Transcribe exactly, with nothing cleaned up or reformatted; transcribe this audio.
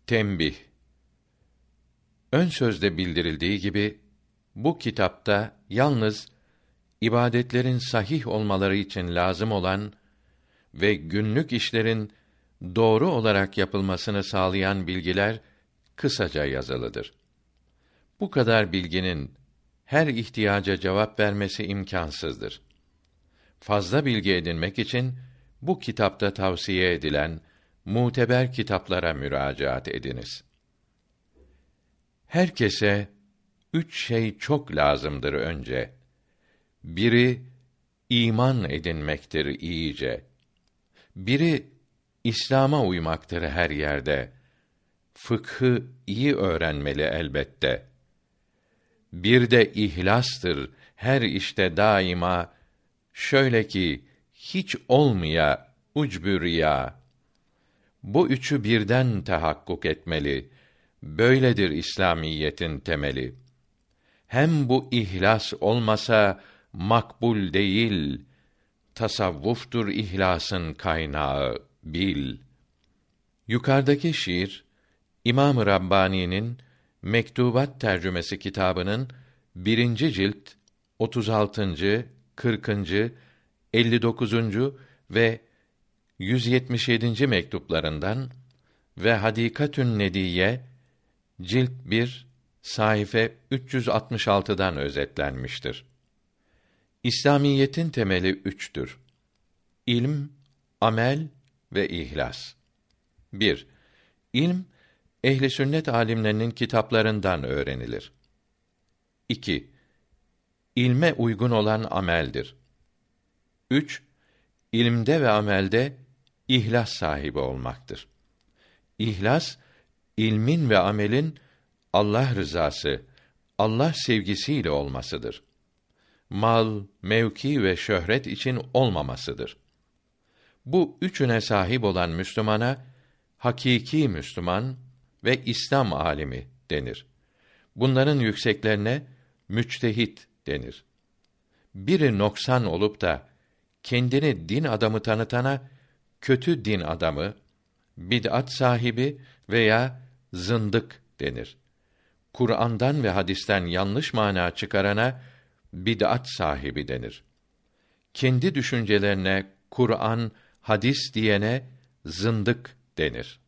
Tembih. Ön sözde bildirildiği gibi bu kitapta yalnız ibadetlerin sahih olmaları için lazım olan ve günlük işlerin doğru olarak yapılmasını sağlayan bilgiler kısaca yazılıdır. Bu kadar bilginin her ihtiyaca cevap vermesi imkansızdır. Fazla bilgi edinmek için bu kitapta tavsiye edilen muteber kitaplara müracaat ediniz. Herkese üç şey çok lazımdır önce. Biri, iman edinmektir iyice. Biri, İslam'a uymaktır her yerde. Fıkhı iyi öğrenmeli elbette. Bir de ihlastır her işte daima, şöyle ki hiç olmaya ucbü riya. Bu üçü birden tahakkuk etmeli. Böyledir İslamiyetin temeli. Hem bu ihlas olmasa makbul değil. Tasavvuftur ihlasın kaynağı bil. Yukarıdaki şiir İmam-ı Rabbani'nin Mektubat tercümesi kitabının birinci cilt otuz altıncı, kırkıncı, elli dokuzuncu ve yüz yetmiş yedinci mektuplarından ve Hadikatün Nediyye cilt bir sayfa üç yüz altmış altıdan özetlenmiştir. İslamiyetin temeli üçtür. İlm, amel ve ihlas. bir. İlm, ehli sünnet alimlerinin kitaplarından öğrenilir. iki. İlme uygun olan ameldir. üç. İlimde ve amelde ihlas sahibi olmaktır. İhlas, ilmin ve amelin Allah rızası, Allah sevgisiyle olmasıdır. Mal, mevki ve şöhret için olmamasıdır. Bu üçüne sahip olan Müslümana hakiki Müslüman ve İslam alimi denir. Bunların yükseklerine müçtehit denir. Biri noksan olup da kendini din adamı tanıtana kötü din adamı, bid'at sahibi veya zındık denir. Kur'an'dan ve hadisten yanlış mana çıkarana bid'at sahibi denir. Kendi düşüncelerine Kur'an, hadis diyene zındık denir.